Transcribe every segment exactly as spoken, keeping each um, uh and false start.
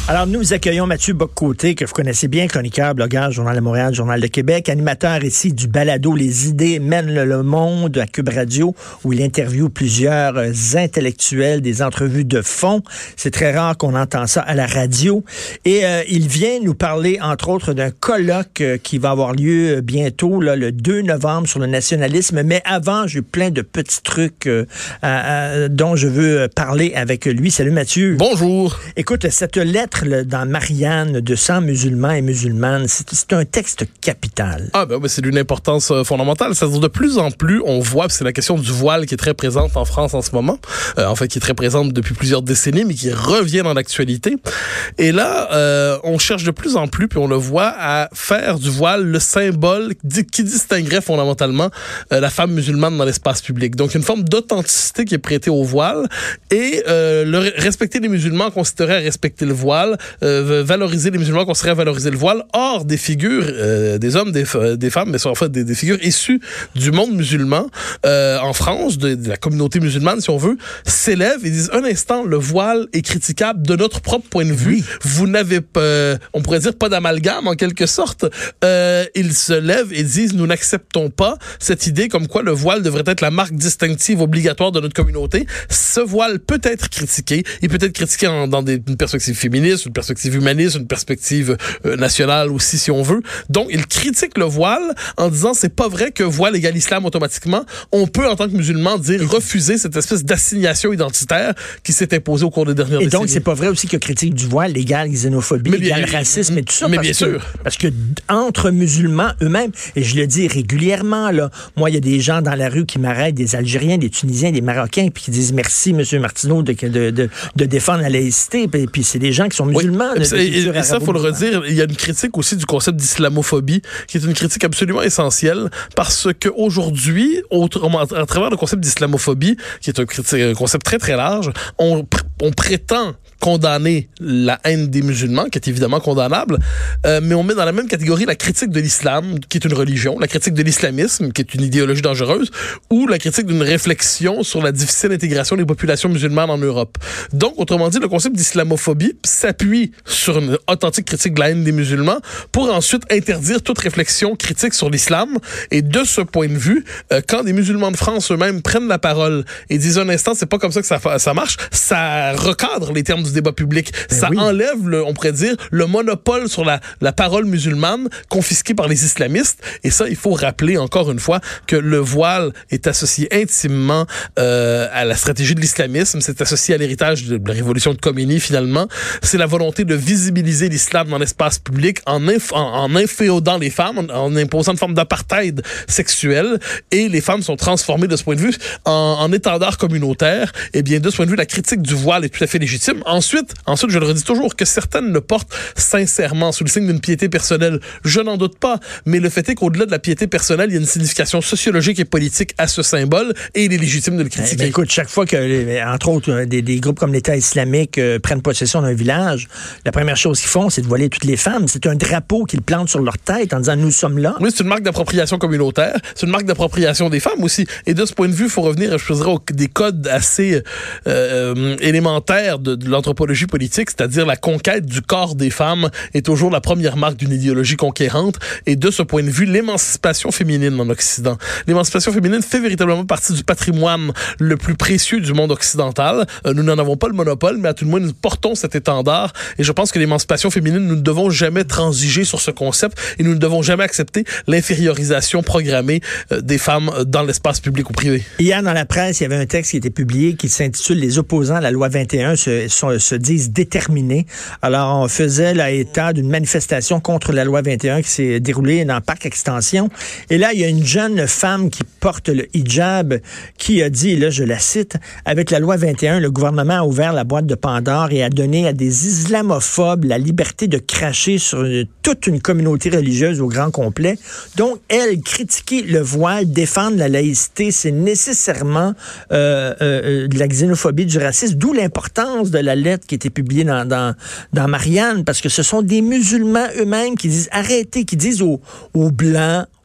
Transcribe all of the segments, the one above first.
Alors, nous accueillons Mathieu Bock-Côté, que vous connaissez bien, chroniqueur, blogueur, Journal de Montréal, Journal de Québec, animateur ici du balado Les idées mènent le monde à Cube Radio, où il interviewe plusieurs intellectuels, des entrevues de fond. C'est très rare qu'on entend ça à la radio. Et euh, il vient nous parler, entre autres, d'un colloque euh, qui va avoir lieu bientôt, là, le deux novembre, sur le nationalisme. Mais avant, j'ai plein de petits trucs euh, à, à, dont je veux parler avec lui. Salut Mathieu. Bonjour. Écoute, cette lettre là, dans Marianne de cent musulmans et musulmanes, c'est, c'est un texte capital. Ah ben, ben c'est d'une importance euh, fondamentale. C'est-à-dire de plus en plus, on voit, c'est la question du voile qui est très présente en France en ce moment, euh, en fait qui est très présente depuis plusieurs décennies, mais qui revient dans l'actualité. Et là, euh, on cherche de plus en plus, puis on le voit, à faire du voile le symbole qui distinguerait fondamentalement euh, la femme musulmane dans l'espace public. Donc, une forme d'authenticité qui est prêtée au voile et euh, le, respecter les musulmans considérait respecter le voile, euh, valoriser les musulmans considérait valoriser le voile, hors des figures, euh, des hommes, des, des femmes, mais sont en fait des, des figures issues du monde musulman, euh, en France, de, de la communauté musulmane, si on veut, s'élèvent et disent un instant, le voile est critiquable de notre propre point de vue. Oui. Vous n'avez pas, euh, on pourrait dire, pas d'amalgame en quelque sorte. Euh, ils se lèvent et disent nous n'acceptons pas cette idée comme quoi le voile devrait être la marque distinctive obligatoire de notre communauté. Ce voile peut être critiqué. Il peut être critiqué en, dans des, une perspective féministe, une perspective humaniste, une perspective euh, nationale aussi, si on veut. Donc, il critique le voile en disant c'est pas vrai que voile égale islam automatiquement. On peut, en tant que musulman, dire refuser cette espèce d'assignation identitaire qui s'est imposée au cours des dernières et décennies. Et donc, c'est pas vrai aussi que critique du voile égale xénophobie, mais égale bien, racisme et tout ça. Mais parce bien que, sûr. Parce que entre musulmans eux-mêmes, et je le dis régulièrement, là, moi, il y a des gens dans la rue qui m'arrêtent, des Algériens, des Tunisiens, des Marocains, puis qui disent merci, M. Martineau, de, de, de, de défendre la laïcité. Puis, puis c'est des gens qui sont musulmans. Oui. De, et, et, et ça, il faut le redire, il y a une critique aussi du concept d'islamophobie, qui est une critique absolument essentielle, parce qu'aujourd'hui, à travers le concept d'islamophobie, qui est un, un concept très, très large, on, on prétend condamner la haine des musulmans, qui est évidemment condamnable, euh, mais on met dans la même catégorie la critique de l'islam, qui est une religion, la critique de l'islamisme, qui est une idéologie dangereuse, ou la critique d'une réflexion sur la difficile intégration des populations musulmanes en Europe. Donc, autrement dit, le concept d'islamophobie s'appuie sur une authentique critique de la haine des musulmans pour ensuite interdire toute réflexion critique sur l'islam. Et de ce point de vue, euh, quand des musulmans de France eux-mêmes prennent la parole et disent un instant, c'est pas comme ça que ça, ça marche, ça recadre les termes du débat public. Ben ça oui. enlève, le, on pourrait dire, le monopole sur la, la parole musulmane confisquée par les islamistes. Et ça, il faut rappeler encore une fois que le voile est associé intimement euh, à la stratégie de l'islamisme. C'est associé à l'héritage de la révolution de Khomeini, finalement. C'est la volonté de visibiliser l'islam dans l'espace public en, inf- en, en inféodant les femmes, en, en imposant une forme d'apartheid sexuel. Et les femmes sont transformées de ce point de vue en, en étendard communautaire. Et bien, de ce point de vue, la critique du voile est tout à fait légitime. Ensuite, ensuite, je le redis toujours, que certaines le portent sincèrement sous le signe d'une piété personnelle. Je n'en doute pas, mais le fait est qu'au-delà de la piété personnelle, il y a une signification sociologique et politique à ce symbole et il est légitime de le critiquer. Eh bien, écoute, chaque fois que, entre autres, des, des groupes comme l'État islamique euh, prennent possession d'un village, la première chose qu'ils font, c'est de voiler toutes les femmes. C'est un drapeau qu'ils plantent sur leur tête en disant « nous sommes là ». Oui, c'est une marque d'appropriation communautaire, c'est une marque d'appropriation des femmes aussi. Et de ce point de vue, il faut revenir, je dirais, aux des codes assez euh, élémentaires de, de l'anthropologie politique, c'est-à-dire la conquête du corps des femmes est toujours la première marque d'une idéologie conquérante. Et de ce point de vue, l'émancipation féminine en Occident. L'émancipation féminine fait véritablement partie du patrimoine le plus précieux du monde occidental. Euh, nous n'en avons pas le monopole, mais à tout le moins, nous portons cet étendard. Et je pense que l'émancipation féminine, nous ne devons jamais transiger sur ce concept et nous ne devons jamais accepter l'infériorisation programmée euh, des femmes dans l'espace public ou privé. Hier, dans la presse, il y avait un texte qui était publié qui s'intitule « Les opposants à la loi vingt et un se, se, se disent déterminés ». Alors, on faisait là, état d'une manifestation contre la loi vingt et un qui s'est déroulée dans le parc Extension. Et là, il y a une jeune femme qui porte le hijab qui a dit, là, je la cite, « Avec la loi vingt et un, le gouvernement a ouvert la boîte de Pandore et a donné à des islamophobes la liberté de cracher sur une, toute une communauté religieuse au grand complet. » Donc, elle, critiquer le voile, défendre la laïcité, c'est nécessairement euh, euh, de la xénophobie, du racisme, d'où l'importance de la lettre qui a été publiée dans, dans, dans Marianne, parce que ce sont des musulmans eux-mêmes qui disent arrêtez, qui disent aux, aux Blancs,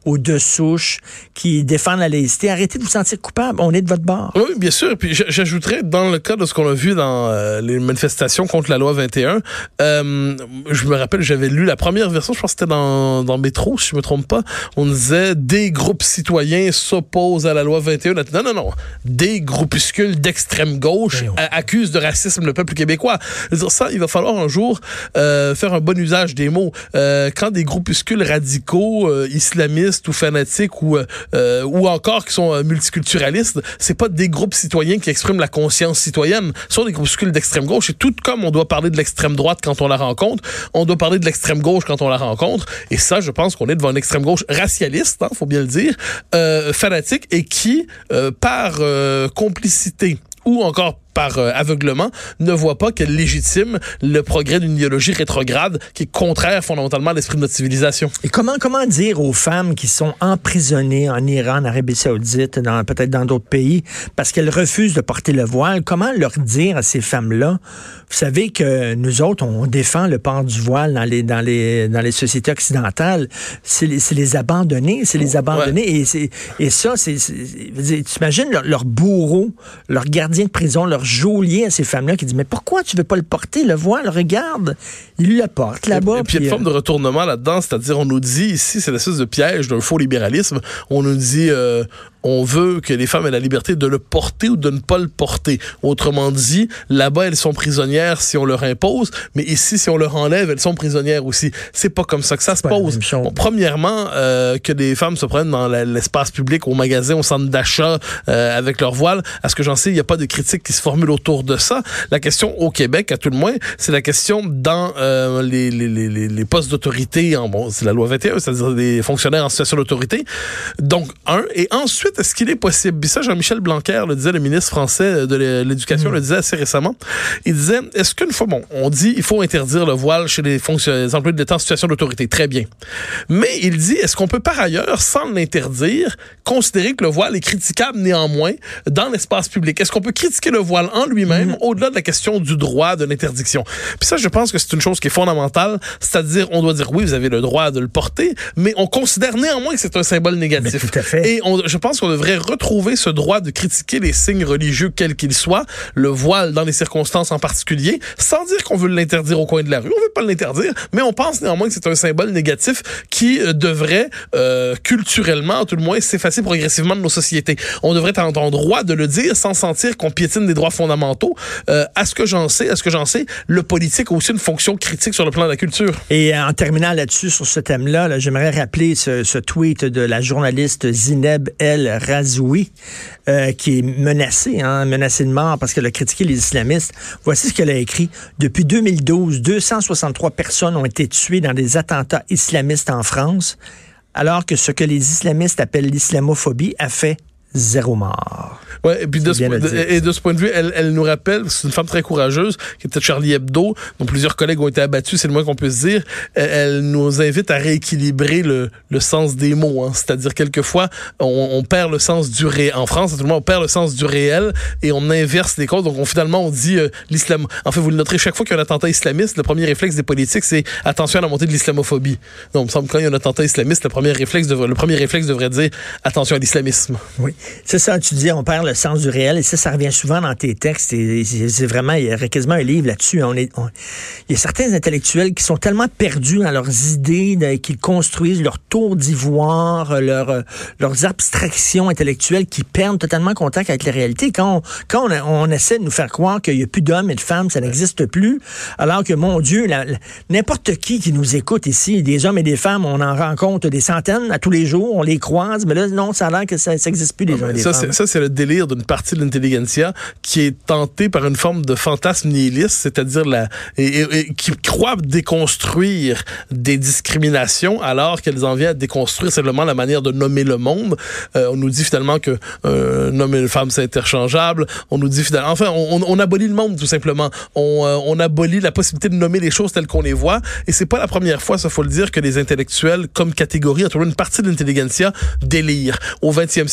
aux deux souches, qui défendent la laïcité. Arrêtez de vous sentir coupable. On est de votre bord. Oui, bien sûr. Puis j'ajouterais, dans le cas de ce qu'on a vu dans euh, les manifestations contre la loi vingt et un, euh, je me rappelle, j'avais lu la première version, je pense que c'était dans, dans Métro, si je me trompe pas. On disait des groupes citoyens s'opposent à la loi vingt et un. Non, non, non. Des groupuscules d'extrême gauche oui. accusent de racisme le peuple québécois. Je veux dire, ça, il va falloir un jour euh, faire un bon usage des mots. Euh, quand des groupuscules radicaux, euh, islamistes, ou fanatiques ou euh, ou encore qui sont euh, multiculturalistes, c'est pas des groupes citoyens qui expriment la conscience citoyenne, ce sont des groupuscules d'extrême gauche. Et tout comme on doit parler de l'extrême droite quand on la rencontre, on doit parler de l'extrême gauche quand on la rencontre. Et ça, je pense qu'on est devant une extrême gauche racialiste, hein, faut bien le dire, euh, fanatique et qui, euh, par euh, complicité ou encore par euh, aveuglement, ne voit pas qu'elle légitime le progrès d'une idéologie rétrograde qui est contraire fondamentalement à l'esprit de notre civilisation. Et comment comment dire aux femmes qui sont emprisonnées en Iran, en Arabie Saoudite, dans, peut-être dans d'autres pays, parce qu'elles refusent de porter le voile, comment leur dire à ces femmes-là, vous savez que nous autres, on défend le port du voile dans les dans les dans les sociétés occidentales, c'est les, c'est les abandonner, c'est les abandonner, ouais. et c'est et ça, c'est, c'est tu imagines leur, leur bourreau, leur gardien de prison, leur geôlier à ces femmes-là qui disent « Mais pourquoi tu veux pas le porter, le voile? Regarde, il le porte là-bas. » Et puis il y a une forme de retournement là-dedans, c'est-à-dire on nous dit ici, c'est l'espèce de piège d'un faux libéralisme, on nous dit euh, on veut que les femmes aient la liberté de le porter ou de ne pas le porter. Autrement dit, là-bas, elles sont prisonnières si on leur impose, mais ici, si on leur enlève, elles sont prisonnières aussi. C'est pas comme ça que ça se pose. Bon, premièrement, euh, que des femmes se prennent dans la, l'espace public, au magasin, au centre d'achat, euh, avec leur voile. À ce que j'en sais, il n'y a pas de critique qui se formule autour de ça. La question au Québec, à tout le moins, c'est la question dans euh, les, les, les, les postes d'autorité, en, bon, c'est la loi vingt et un, c'est-à-dire des fonctionnaires en situation d'autorité. Donc, un. Et ensuite, est-ce qu'il est possible? Puis ça, Jean-Michel Blanquer le disait, le ministre français de l'Éducation mmh. le disait assez récemment. Il disait, est-ce qu'une fois, bon, on dit il faut interdire le voile chez les, fonctionnaires, les employés de l'État en situation d'autorité. Très bien. Mais il dit, est-ce qu'on peut par ailleurs, sans l'interdire, considérer que le voile est critiquable néanmoins dans l'espace public? Est-ce qu'on peut critiquer le voile en lui-même mmh. au-delà de la question du droit de l'interdiction? Puis ça, je pense que c'est une chose qui est fondamentale. C'est-à-dire, on doit dire, oui, vous avez le droit de le porter, mais on considère néanmoins que c'est un symbole négatif. Mais tout à fait. Et on, je pense qu'on devrait retrouver ce droit de critiquer les signes religieux, quels qu'ils soient, le voile dans les circonstances en particulier, sans dire qu'on veut l'interdire au coin de la rue. On veut pas l'interdire, mais on pense néanmoins que c'est un symbole négatif qui euh, devrait, euh, culturellement, tout le moins, s'effacer progressivement de nos sociétés. On devrait être en droit de le dire sans sentir qu'on piétine des droits fondamentaux. Euh, à ce que j'en sais, à ce que j'en sais, le politique a aussi une fonction critique sur le plan de la culture. Et en terminant là-dessus, sur ce thème-là, là, j'aimerais rappeler ce, ce tweet de la journaliste Zineb El Razoui, euh, qui est menacée, hein, menacée de mort parce qu'elle a critiqué les islamistes. Voici ce qu'elle a écrit. Depuis deux mille douze, deux cent soixante-trois personnes ont été tuées dans des attentats islamistes en France, alors que ce que les islamistes appellent l'islamophobie a fait zéro mort. Ouais, et puis de ce, de, et de ce point de vue, elle, elle nous rappelle, c'est une femme très courageuse, qui était de Charlie Hebdo, dont plusieurs collègues ont été abattus, c'est le moins qu'on puisse dire. Elle, elle nous invite à rééquilibrer le, le sens des mots, hein. C'est-à-dire, quelquefois, on, on perd le sens du réel. En France, à tout le monde, on perd le sens du réel et on inverse les causes. Donc, on, finalement, on dit euh, l'islam. En fait, vous le noterez, chaque fois qu'il y a un attentat islamiste, le premier réflexe des politiques, c'est attention à la montée de l'islamophobie. Donc, il me semble que quand il y a un attentat islamiste, le premier réflexe devrait, le premier réflexe devrait dire attention à l'islamisme. Oui. C'est ça, tu dis, on perd le sens du réel, et ça, ça revient souvent dans tes textes, et c'est vraiment, il y a quasiment un livre là-dessus. On est, on, il y a certains intellectuels qui sont tellement perdus dans leurs idées, de, qu'ils construisent leur tour d'ivoire, leur, leurs abstractions intellectuelles, qui perdent totalement contact avec la réalité. Quand on, quand on, on essaie de nous faire croire qu'il n'y a plus d'hommes et de femmes, ça n'existe plus, alors que, mon Dieu, la, la, n'importe qui qui nous écoute ici, des hommes et des femmes, on en rencontre des centaines à tous les jours, on les croise, mais là, non, ça a l'air que ça n'existe plus, les hommes et des ça, femmes. C'est, ça, c'est le délire d'une partie de l'intelligentsia qui est tentée par une forme de fantasme nihiliste, c'est-à-dire la, et, et, et qui croit déconstruire des discriminations alors qu'elles en viennent à déconstruire simplement la manière de nommer le monde. Euh, on nous dit finalement que euh, nommer une femme, c'est interchangeable. On nous dit finalement, enfin, on, on abolit le monde tout simplement. On, euh, on abolit la possibilité de nommer les choses telles qu'on les voit. Et c'est pas la première fois, ça faut le dire, que les intellectuels, comme catégorie, en tout cas une partie de l'intelligentsia, délire. Au vingtième siècle, mmh. si on lit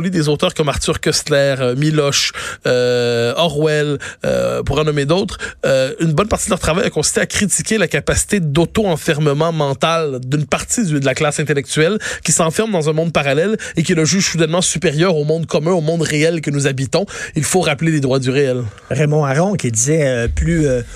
lit des auteurs comme Arthur Koestler, euh, Miloche, euh, Orwell, euh, pour en nommer d'autres, euh, une bonne partie de leur travail a consisté à critiquer la capacité d'auto-enfermement mental d'une partie de la classe intellectuelle qui s'enferme dans un monde parallèle et qui le juge soudainement supérieur au monde commun, au monde réel que nous habitons. Il faut rappeler les droits du réel. Raymond Aron qui disait euh, plus... Euh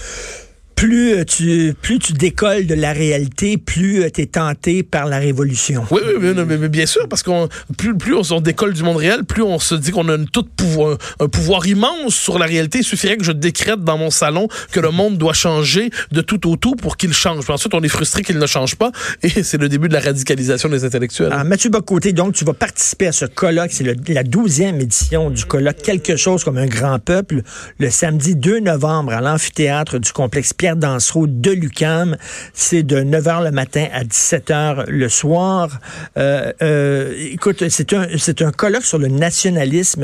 Plus tu, plus tu décolles de la réalité, plus tu es tenté par la révolution. Oui, oui, oui mais, mais bien sûr, parce qu'on plus, plus on, on décolle du monde réel, plus on se dit qu'on a une tout pouvoir, un pouvoir immense sur la réalité. Il suffirait que je décrète dans mon salon que le monde doit changer de tout au tout pour qu'il change. Puis ensuite, on est frustré qu'il ne change pas, et c'est le début de la radicalisation des intellectuels. Alors, Mathieu Bock-Côté, donc, tu vas participer à ce colloque. C'est le, la douzième édition du colloque Quelque chose comme un grand peuple, le samedi deux novembre à l'amphithéâtre du complexe Pierre Dansereau de l'U Q A M. C'est de neuf heures le matin à dix-sept heures le soir. Euh, euh, écoute, c'est un, c'est un colloque sur le nationalisme.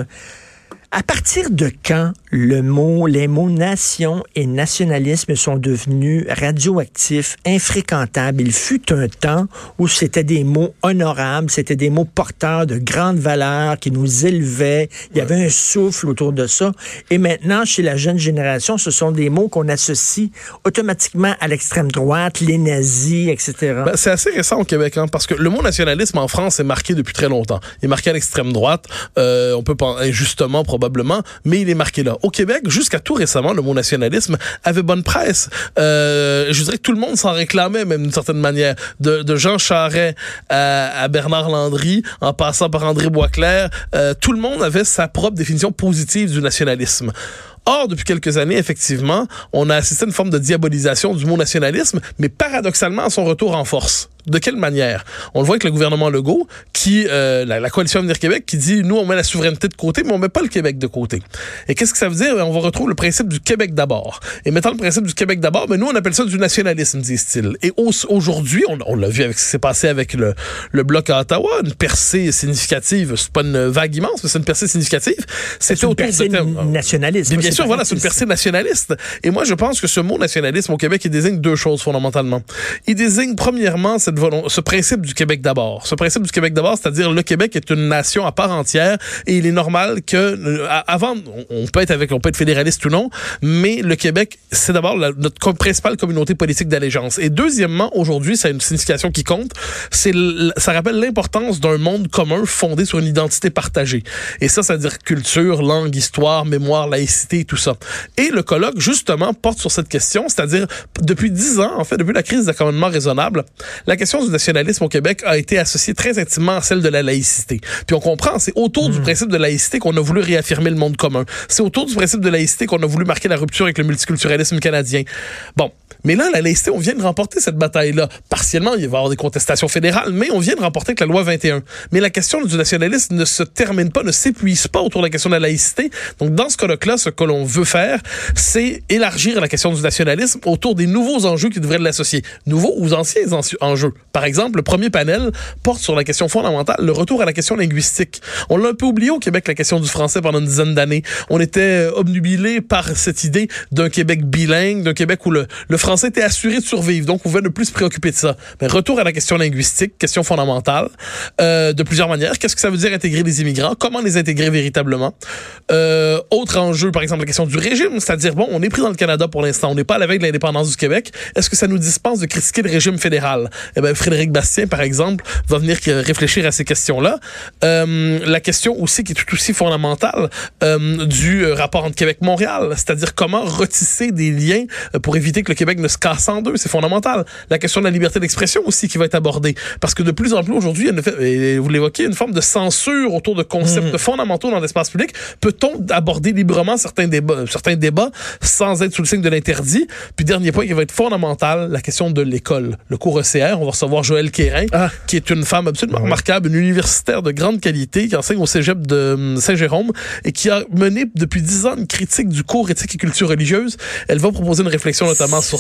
À partir de quand le mot, les mots nation et nationalisme sont devenus radioactifs, infréquentables? Il fut un temps où c'était des mots honorables, c'était des mots porteurs de grandes valeurs qui nous élevaient. Il y avait un souffle autour de ça. Et maintenant, chez la jeune génération, ce sont des mots qu'on associe automatiquement à l'extrême droite, les nazis, et cetera. Ben, c'est assez récent au Québec, hein, parce que le mot nationalisme en France est marqué depuis très longtemps. Il est marqué à l'extrême droite. Euh, on peut penser justement probablement, mais il est marqué là. Au Québec, jusqu'à tout récemment, le mot nationalisme avait bonne presse. Euh, je dirais que tout le monde s'en réclamait, même d'une certaine manière. De, de Jean Charest à, à Bernard Landry, en passant par André Boisclair, euh, tout le monde avait sa propre définition positive du nationalisme. Or, depuis quelques années, effectivement, on a assisté à une forme de diabolisation du mot nationalisme, mais paradoxalement à son retour en force. De quelle manière? On le voit avec le gouvernement Legault, qui, euh, la, la coalition Avenir Québec, qui dit, nous, on met la souveraineté de côté, mais on met pas le Québec de côté. Et qu'est-ce que ça veut dire? On va retrouver le principe du Québec d'abord. Et mettant le principe du Québec d'abord, ben, nous, on appelle ça du nationalisme, disent-ils. Et au, aujourd'hui, on, on l'a vu avec ce qui s'est passé avec le, le Bloc à Ottawa, une percée significative. C'est pas une vague immense, mais c'est une percée significative. C'est une percée nationaliste. Bien sûr, voilà, c'est une percée nationaliste. Et moi, je pense que ce mot nationalisme au Québec, il désigne deux choses fondamentalement. Il désigne, premièrement, cette volonté, ce principe du Québec d'abord. Ce principe du Québec d'abord, c'est-à-dire le Québec est une nation à part entière et il est normal que, euh, avant, on peut être avec, on peut être fédéraliste ou non, mais le Québec, c'est d'abord la, notre principale communauté politique d'allégeance. Et deuxièmement, aujourd'hui, ça a une signification qui compte, c'est, ça rappelle l'importance d'un monde commun fondé sur une identité partagée. Et ça, ça veut dire culture, langue, histoire, mémoire, laïcité, tout ça. Et le colloque, justement, porte sur cette question, c'est-à-dire, depuis dix ans, en fait, depuis la crise d'accommodement raisonnable, la question du nationalisme au Québec a été associée très intimement à celle de la laïcité. Puis on comprend, c'est autour mmh. du principe de laïcité qu'on a voulu réaffirmer le monde commun. C'est autour du principe de laïcité qu'on a voulu marquer la rupture avec le multiculturalisme canadien. Bon. Mais là, la laïcité, on vient de remporter cette bataille-là. Partiellement, il va y avoir des contestations fédérales, mais on vient de remporter avec la loi vingt et un. Mais la question du nationalisme ne se termine pas, ne s'épuise pas autour de la question de la laïcité. Donc, dans ce colloque-là, ce que l'on veut faire, c'est élargir la question du nationalisme autour des nouveaux enjeux qui devraient l'associer. Nouveaux ou anciens enjeux. Par exemple, le premier panel porte sur la question fondamentale, le retour à la question linguistique. On l'a un peu oublié au Québec, la question du français pendant une dizaine d'années. On était obnubilé par cette idée d'un Québec bilingue, d'un Québec où le, le français était assuré de survivre, donc on pouvait ne plus se préoccuper de ça. Mais retour à la question linguistique, question fondamentale, euh, de plusieurs manières. Qu'est-ce que ça veut dire intégrer les immigrants? Comment les intégrer véritablement? Euh, autre enjeu, par exemple, la question du régime, c'est-à-dire, bon, on est pris dans le Canada pour l'instant, on n'est pas à la veille de l'indépendance du Québec. Est-ce que ça nous dispense de critiquer le régime fédéral? Eh bien, Frédéric Bastien, par exemple, va venir réfléchir à ces questions-là. Euh, la question aussi, qui est tout aussi fondamentale, euh, du rapport entre Québec-Montréal, c'est-à-dire comment retisser des liens pour éviter que le Québec ne se casse en deux, c'est fondamental. La question de la liberté d'expression aussi qui va être abordée. Parce que de plus en plus aujourd'hui, il y a une, et vous l'évoquez, une forme de censure autour de concepts mmh. fondamentaux dans l'espace public. Peut-on aborder librement certains débats, certains débats sans être sous le signe de l'interdit? Puis dernier point qui va être fondamental, la question de l'école. Le cours E C R, on va recevoir Joëlle Quérin, ah. qui est une femme absolument mmh. remarquable, une universitaire de grande qualité, qui enseigne au cégep de Saint-Jérôme et qui a mené depuis dix ans une critique du cours éthique et culture religieuse. Elle va proposer une réflexion notamment sur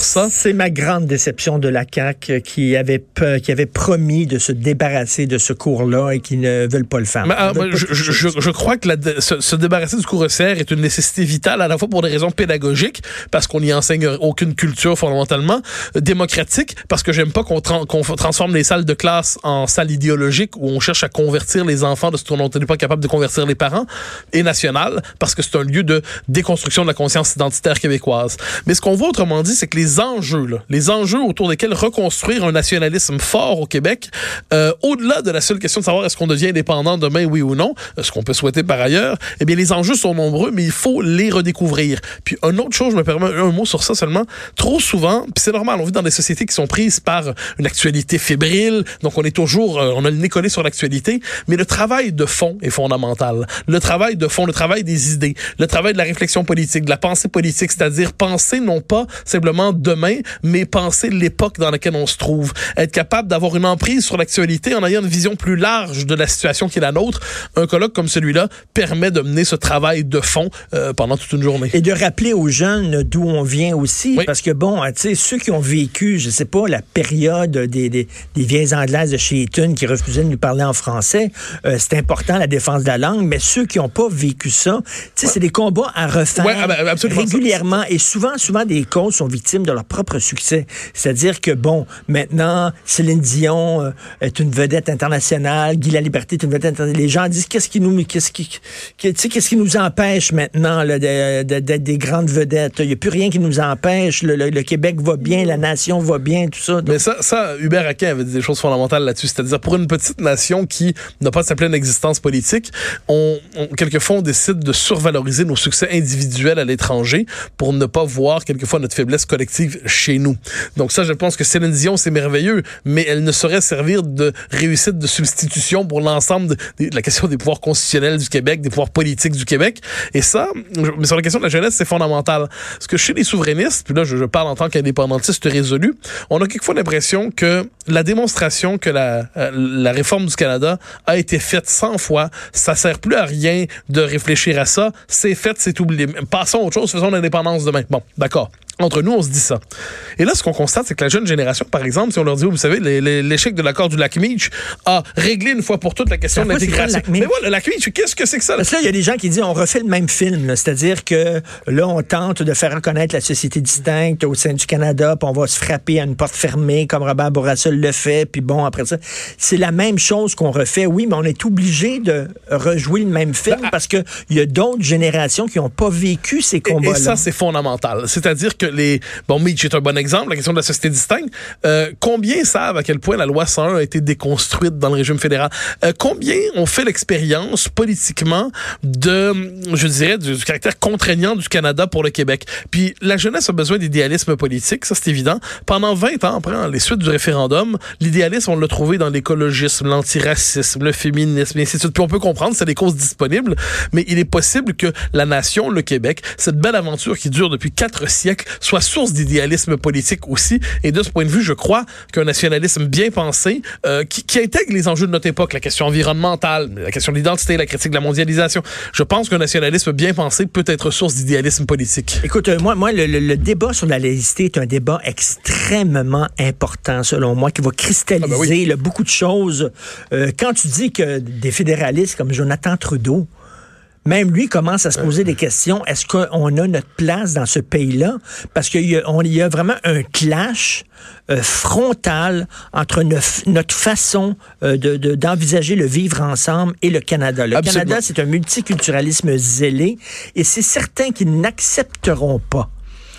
ça. C'est ma grande déception de la C A Q qui avait, qui avait promis de se débarrasser de ce cours-là et qui ne veulent pas le faire. Mais, euh, moi, je, je, je, je crois que la, se, se débarrasser du cours E C R est une nécessité vitale, à la fois pour des raisons pédagogiques, parce qu'on n'y enseigne aucune culture fondamentalement, euh, démocratique, parce que j'aime pas qu'on, tra- qu'on transforme les salles de classe en salles idéologiques où on cherche à convertir les enfants de ce dont on n'est pas capable de convertir les parents, et nationale, parce que c'est un lieu de déconstruction de la conscience identitaire québécoise. Mais ce qu'on voit, autrement dit, c'est que les enjeux, là, les enjeux autour desquels reconstruire un nationalisme fort au Québec, euh, au-delà de la seule question de savoir est-ce qu'on devient indépendant demain, oui ou non, ce qu'on peut souhaiter par ailleurs, eh bien, les enjeux sont nombreux, mais il faut les redécouvrir. Puis, une autre chose, je me permets un mot sur ça seulement, trop souvent, puis c'est normal, on vit dans des sociétés qui sont prises par une actualité fébrile, donc on est toujours, euh, on a le nez collé sur l'actualité, mais le travail de fond est fondamental. Le travail de fond, le travail des idées, le travail de la réflexion politique, de la pensée politique, c'est-à-dire penser non pas simplement demain, mais penser l'époque dans laquelle on se trouve. Être capable d'avoir une emprise sur l'actualité en ayant une vision plus large de la situation qui est la nôtre. Un colloque comme celui-là permet de mener ce travail de fond euh, pendant toute une journée. Et de rappeler aux jeunes d'où on vient aussi, oui. Parce que bon, tu sais, ceux qui ont vécu, je sais pas, la période des, des, des vieilles anglaises de chez Eton qui refusaient de nous parler en français, euh, c'est important la défense de la langue, mais ceux qui n'ont pas vécu ça, tu sais, ouais. C'est des combats à refaire ouais, régulièrement. Et souvent, souvent, des causes sont victimes de leur propre succès. C'est-à-dire que, bon, maintenant, Céline Dion euh, est une vedette internationale, Guy Laliberté est une vedette internationale. Les gens disent, qu'est-ce qui nous, qu'est-ce qui, qu'est-ce qui nous empêche maintenant là, de, de, d'être des grandes vedettes? Il n'y a plus rien qui nous empêche. Le, le, le Québec va bien, la nation va bien, tout ça. Donc... Mais ça, ça, Hubert Aquin avait dit des choses fondamentales là-dessus. C'est-à-dire, pour une petite nation qui n'a pas sa pleine existence politique, on, on, quelquefois, on décide de survaloriser nos succès individuels à l'étranger pour ne pas voir quelquefois notre faiblesse collective chez nous. Donc ça, je pense que Céline Dion, c'est merveilleux, mais elle ne saurait servir de réussite de substitution pour l'ensemble de, de la question des pouvoirs constitutionnels du Québec, des pouvoirs politiques du Québec. Et ça, mais sur la question de la jeunesse, c'est fondamental. Parce que chez les souverainistes, puis là, je, je parle en tant qu'indépendantiste résolu, on a quelquefois l'impression que la démonstration que la, euh, la réforme du Canada a été faite cent fois, ça sert plus à rien de réfléchir à ça. C'est fait, c'est oublié. Passons à autre chose, faisons l'indépendance demain. Bon, d'accord. Entre nous, on se dit ça. Et là, ce qu'on constate, c'est que la jeune génération, par exemple, si on leur dit, vous savez, les, les, l'échec de l'accord du Lac-Meach a réglé une fois pour toutes la question de l'intégration. Mais voilà, le Lac-Meach, qu'est-ce que c'est que ça? Là? Parce que là, il y a des gens qui disent, on refait le même film. Là. C'est-à-dire que là, on tente de faire reconnaître la société distincte au sein du Canada, puis on va se frapper à une porte fermée, comme Robert Bourassa le fait, puis bon, après ça, c'est la même chose qu'on refait. Oui, mais on est obligé de rejouer le même film ben, parce qu'il y a d'autres générations qui n'ont pas vécu ces combats-là. Et ça, c'est fondamental. C'est-à-dire que les... Bon, Meach est un bon exemple, la question de la société distincte. Euh, combien savent à quel point la loi cent un a été déconstruite dans le régime fédéral? Euh, combien ont fait l'expérience politiquement de, je dirais, du, du caractère contraignant du Canada pour le Québec? Puis la jeunesse a besoin d'idéalisme politique, ça c'est évident. Pendant vingt ans, après les suites du référendum, l'idéalisme, on l'a trouvé dans l'écologisme, l'antiracisme, le féminisme, et ainsi de suite. Puis on peut comprendre, c'est des causes disponibles, mais il est possible que la nation, le Québec, cette belle aventure qui dure depuis quatre siècles, soit source d'idéalisme politique aussi. Et de ce point de vue, je crois qu'un nationalisme bien pensé, euh, qui, qui intègre les enjeux de notre époque, la question environnementale, la question de l'identité, la critique de la mondialisation, je pense qu'un nationalisme bien pensé peut être source d'idéalisme politique. Écoute, euh, moi, moi le, le, le débat sur la laïcité est un débat extrêmement important, selon moi, qui va cristalliser ah ben oui. là, beaucoup de choses. Euh, quand tu dis que des fédéralistes comme Jonathan Trudeau, même lui commence à se poser des questions. Est-ce qu'on a notre place dans ce pays-là? Parce qu'il y a, on, il y a vraiment un clash euh, frontal entre neuf, notre façon euh, de, de, d'envisager le vivre ensemble et le Canada. Le Absolument. Canada, c'est un multiculturalisme zélé et c'est certain qu'ils n'accepteront pas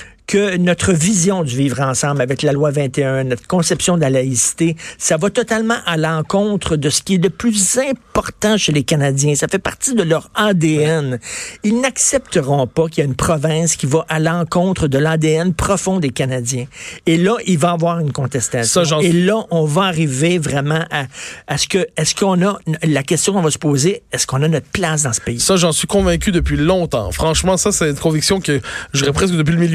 que notre vision du vivre ensemble avec la loi vingt et un, notre conception de la laïcité, ça va totalement à l'encontre de ce qui est le plus important chez les Canadiens. Ça fait partie de leur A D N. Ils n'accepteront pas qu'il y ait une province qui va à l'encontre de l'A D N profond des Canadiens. Et là, il va y avoir une contestation. Ça, Et là, on va arriver vraiment à, à ce que, est-ce qu'on a, la question qu'on va se poser, est-ce qu'on a notre place dans ce pays? Ça, j'en suis convaincu depuis longtemps. Franchement, ça, c'est une conviction que j'aurais presque depuis le milieu des années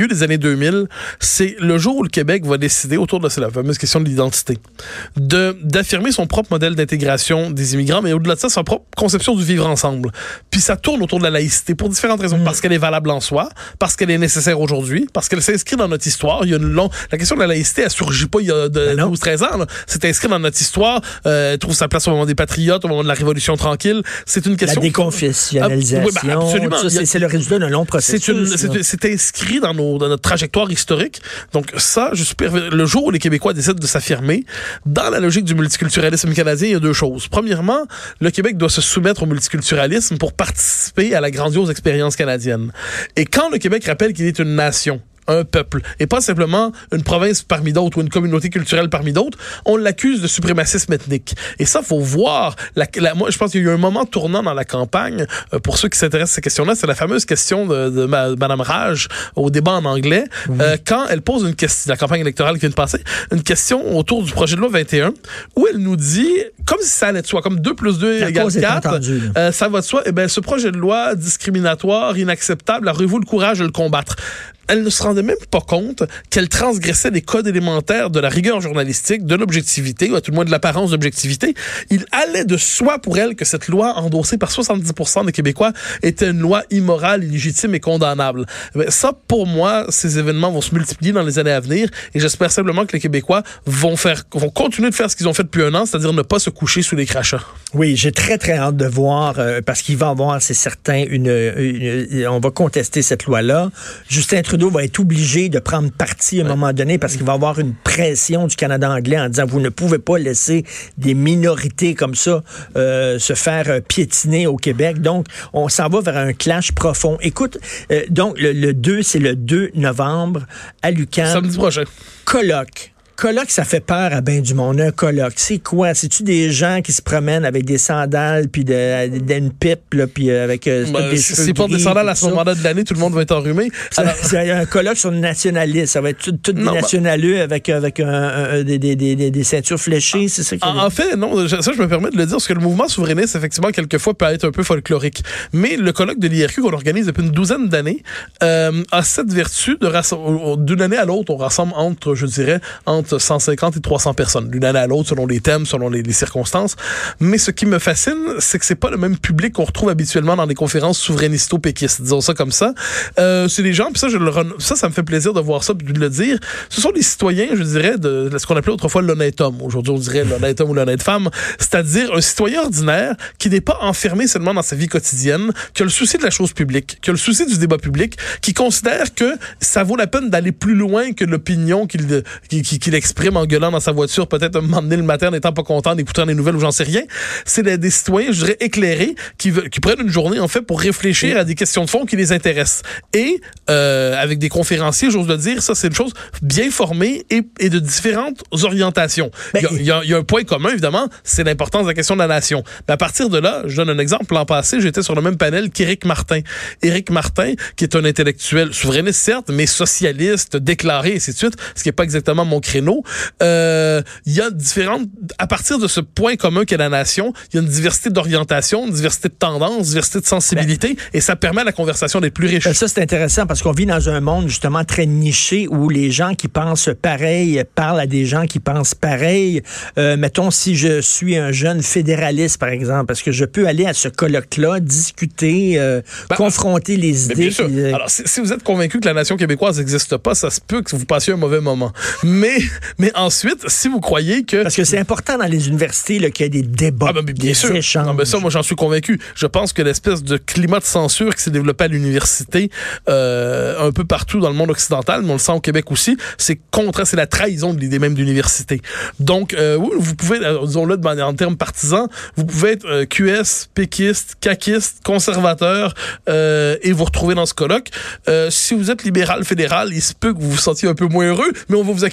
deux mille, c'est le jour où le Québec va décider, autour de la fameuse question de l'identité, de, d'affirmer son propre modèle d'intégration des immigrants, mais au-delà de ça, sa propre conception du vivre ensemble. Puis ça tourne autour de la laïcité pour différentes raisons. Mmh. Parce qu'elle est valable en soi, parce qu'elle est nécessaire aujourd'hui, parce qu'elle s'inscrit dans notre histoire. Il y a une longue... La question de la laïcité, elle surgit pas il y a de douze treize ans. Là. C'est inscrit dans notre histoire. Euh, elle trouve sa place au moment des Patriotes, au moment de la Révolution tranquille. C'est une question... La déconfessionnalisation. Ah, oui, ben absolument. Ça, c'est, c'est le résultat d'un long processus. C'est, une, c'est, c'est inscrit dans, nos, dans notre trajectoire historique. Donc ça, je suis le jour où les Québécois décident de s'affirmer, dans la logique du multiculturalisme canadien, il y a deux choses. Premièrement, le Québec doit se soumettre au multiculturalisme pour participer à la grandiose expérience canadienne. Et quand le Québec rappelle qu'il est une nation, un peuple, et pas simplement une province parmi d'autres ou une communauté culturelle parmi d'autres, on l'accuse de suprémacisme ethnique. Et ça, faut voir. La, la, moi, je pense qu'il y a eu un moment tournant dans la campagne, euh, pour ceux qui s'intéressent à ces questions-là, c'est la fameuse question de, de ma, Mme Raj au débat en anglais, mmh. euh, quand elle pose une question, la campagne électorale qui vient de passer, une question autour du projet de loi vingt et un, où elle nous dit, comme si ça allait de soi, comme deux plus deux égale quatre, euh, ça va de soi, et ben ce projet de loi discriminatoire, inacceptable, aurez-vous le courage de le combattre? Elle ne se rendait même pas compte qu'elle transgressait les codes élémentaires de la rigueur journalistique, de l'objectivité, ou à tout le moins de l'apparence d'objectivité. Il allait de soi pour elle que cette loi, endossée par soixante-dix pour cent des Québécois, était une loi immorale, illégitime et condamnable. Mais ça, pour moi, ces événements vont se multiplier dans les années à venir, et j'espère simplement que les Québécois vont faire, vont continuer de faire ce qu'ils ont fait depuis un an, c'est-à-dire ne pas se coucher sous les crachats. Oui, j'ai très, très hâte de voir, euh, parce qu'il va y avoir, c'est certain, une, une, une, on va contester cette loi-là. Justin Trudeau va être obligé de prendre parti à un ouais. moment donné parce qu'il va avoir une pression du Canada anglais en disant vous ne pouvez pas laisser des minorités comme ça euh, se faire euh, piétiner au Québec. Donc, on s'en va vers un clash profond. Écoute, euh, donc le, le deux, c'est le deux novembre à l'U Q A M. Samedi prochain. Colloque. Colloque, ça fait peur à ben du monde. Un colloque, c'est quoi? C'est-tu des gens qui se promènent avec des sandales puis de, de, une pipe, là, puis avec euh, ben, des cheveux gris? C'est pas des sandales à ce moment-là de l'année, tout le monde va être enrhumé. Alors, c'est un colloque sur le nationalisme. Ça va être tout, tout des nationaleux ben, avec, avec un, un, des, des, des, des ceintures fléchées, c'est ça? En, en fait, non, ça je me permets de le dire, parce que le mouvement souverainiste, effectivement, quelquefois, peut être un peu folklorique. Mais le colloque de l'I R Q qu'on organise depuis une douzaine d'années euh, a cette vertu de rassembler, d'une année à l'autre, on rassemble entre, je dirais, entre cent cinquante et trois cents personnes, d'une année à l'autre, selon les thèmes, selon les, les circonstances. Mais ce qui me fascine, c'est que c'est pas le même public qu'on retrouve habituellement dans les conférences souverainisto-péquistes, disons ça comme ça. Euh, c'est des gens, puis ça, je le, ça, ça me fait plaisir de voir ça, puis de le dire. Ce sont des citoyens, je dirais, de, de ce qu'on appelait autrefois l'honnête homme. Aujourd'hui, on dirait l'honnête homme ou l'honnête femme. C'est-à-dire un citoyen ordinaire qui n'est pas enfermé seulement dans sa vie quotidienne, qui a le souci de la chose publique, qui a le souci du débat public, qui considère que ça vaut la peine d'aller plus loin que l'opinion qu'il, qu'il, qu'il exprime en gueulant dans sa voiture, peut-être un moment donné le matin, n'étant pas content d'écouter les nouvelles ou j'en sais rien. C'est des, des citoyens, je dirais, éclairés, qui, veulent, qui prennent une journée, en fait, pour réfléchir à des questions de fond qui les intéressent. Et, euh, avec des conférenciers, j'ose le dire, ça, c'est une chose bien formée et, et de différentes orientations. Il ben, y, y, y a un point commun, évidemment, c'est l'importance de la question de la nation. Mais à partir de là, je donne un exemple. L'an passé, j'étais sur le même panel qu'Éric Martin. Éric Martin, qui est un intellectuel souverainiste, certes, mais socialiste, déclaré, et ainsi de suite, ce qui n'est pas exactement mon créneau. Euh, il y a différentes, à partir de ce point commun qu'est la nation, il y a une diversité d'orientation, une diversité de tendances, une diversité de sensibilité, ben, et ça permet à la conversation d'être plus riche. Ben ça, c'est intéressant parce qu'on vit dans un monde justement très niché où les gens qui pensent pareil parlent à des gens qui pensent pareil. Euh, mettons, si je suis un jeune fédéraliste, par exemple, parce que je peux aller à ce colloque-là, discuter, euh, ben, confronter les idées. Bien sûr. Puis, euh... Alors, si, si vous êtes convaincu que la nation québécoise n'existe pas, ça se peut que vous passiez un mauvais moment. Mais, mais ensuite, si vous croyez que... Parce que c'est important dans les universités là, qu'il y ait des débats, ah ben, bien des sûr. échanges. Non, ben ça, moi, j'en suis convaincu. Je pense que l'espèce de climat de censure qui s'est développé à l'université euh, un peu partout dans le monde occidental, mais on le sent au Québec aussi, c'est contre, c'est la trahison de l'idée même d'université. Donc, euh, oui, vous pouvez, disons-le en termes partisans, vous pouvez être euh, Q S, péquiste, caquiste, conservateur euh, et vous retrouver dans ce colloque. Euh, si vous êtes libéral fédéral, il se peut que vous vous sentiez un peu moins heureux, mais on va vous accueillir généreusement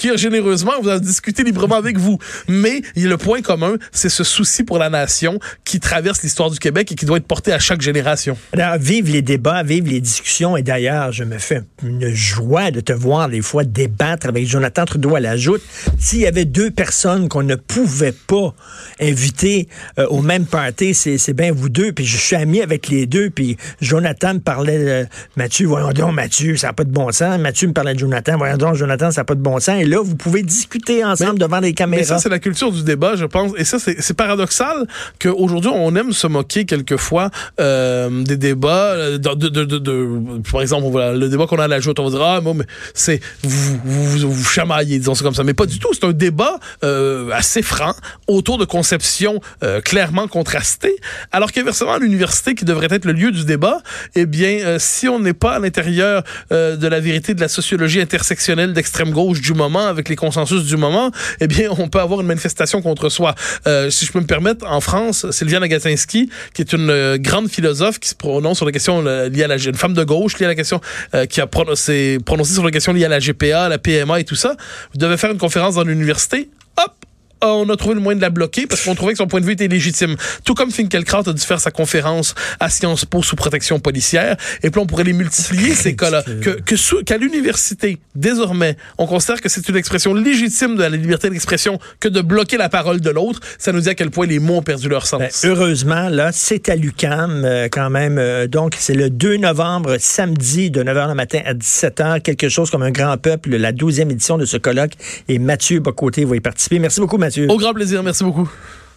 heureusement, vous en discutez librement avec vous. Mais le point commun, c'est ce souci pour la nation qui traverse l'histoire du Québec et qui doit être porté à chaque génération. Alors, vive les débats, vive les discussions. Et d'ailleurs, je me fais une joie de te voir des fois débattre avec Jonathan Trudeau à la joute. S'il y avait deux personnes qu'on ne pouvait pas inviter euh, au même party, c'est, c'est bien vous deux. Puis je suis ami avec les deux. Puis Jonathan me parlait de Mathieu, voyons donc Mathieu, ça n'a pas de bon sens. Mathieu me parlait de Jonathan, voyons donc Jonathan, ça n'a pas de bon sens. Et là, vous pouvez discuter ensemble mais, devant les caméras. Mais ça, c'est la culture du débat, je pense. Et ça, c'est, c'est paradoxal qu'aujourd'hui, on aime se moquer quelquefois euh, des débats. De, de, de, de, de, par exemple, voilà, le débat qu'on a à la joute, on va dire, ah, bon, mais c'est, vous, vous, vous, vous chamaillez, disons ça comme ça. Mais pas du tout. C'est un débat euh, assez franc autour de conceptions euh, clairement contrastées. Alors qu'inversement, à l'université, qui devrait être le lieu du débat, eh bien, euh, si on n'est pas à l'intérieur euh, de la vérité de la sociologie intersectionnelle d'extrême gauche du moment, avec les consensus du moment, eh bien, on peut avoir une manifestation contre soi. Euh, si je peux me permettre, en France, Sylviane Agacinski, qui est une euh, grande philosophe qui se prononce sur la question euh, liée à la... une femme de gauche liée à la question... Euh, qui a prononcé, prononcé sur la question liée à la G P A, la P M A et tout ça, devait faire une conférence dans l'université. Hop! On a trouvé le moyen de la bloquer parce qu'on trouvait que son point de vue était légitime. Tout comme Finkielkraut a dû faire sa conférence à Sciences Po sous protection policière. Et puis on pourrait les multiplier, ces cas-là. Que, que sous, qu'à l'université, désormais, on considère que c'est une expression légitime de la liberté d'expression que de bloquer la parole de l'autre. Ça nous dit à quel point les mots ont perdu leur sens. Ben, heureusement, là, c'est à l'U Q A M euh, quand même. Euh, donc, c'est le deux novembre, samedi, de neuf heures le matin à dix-sept heures. Quelque chose comme un grand peuple, la douzième édition de ce colloque. Et Mathieu Bocoté va y participer. Merci beaucoup, Mathieu. Au grand plaisir. Merci beaucoup.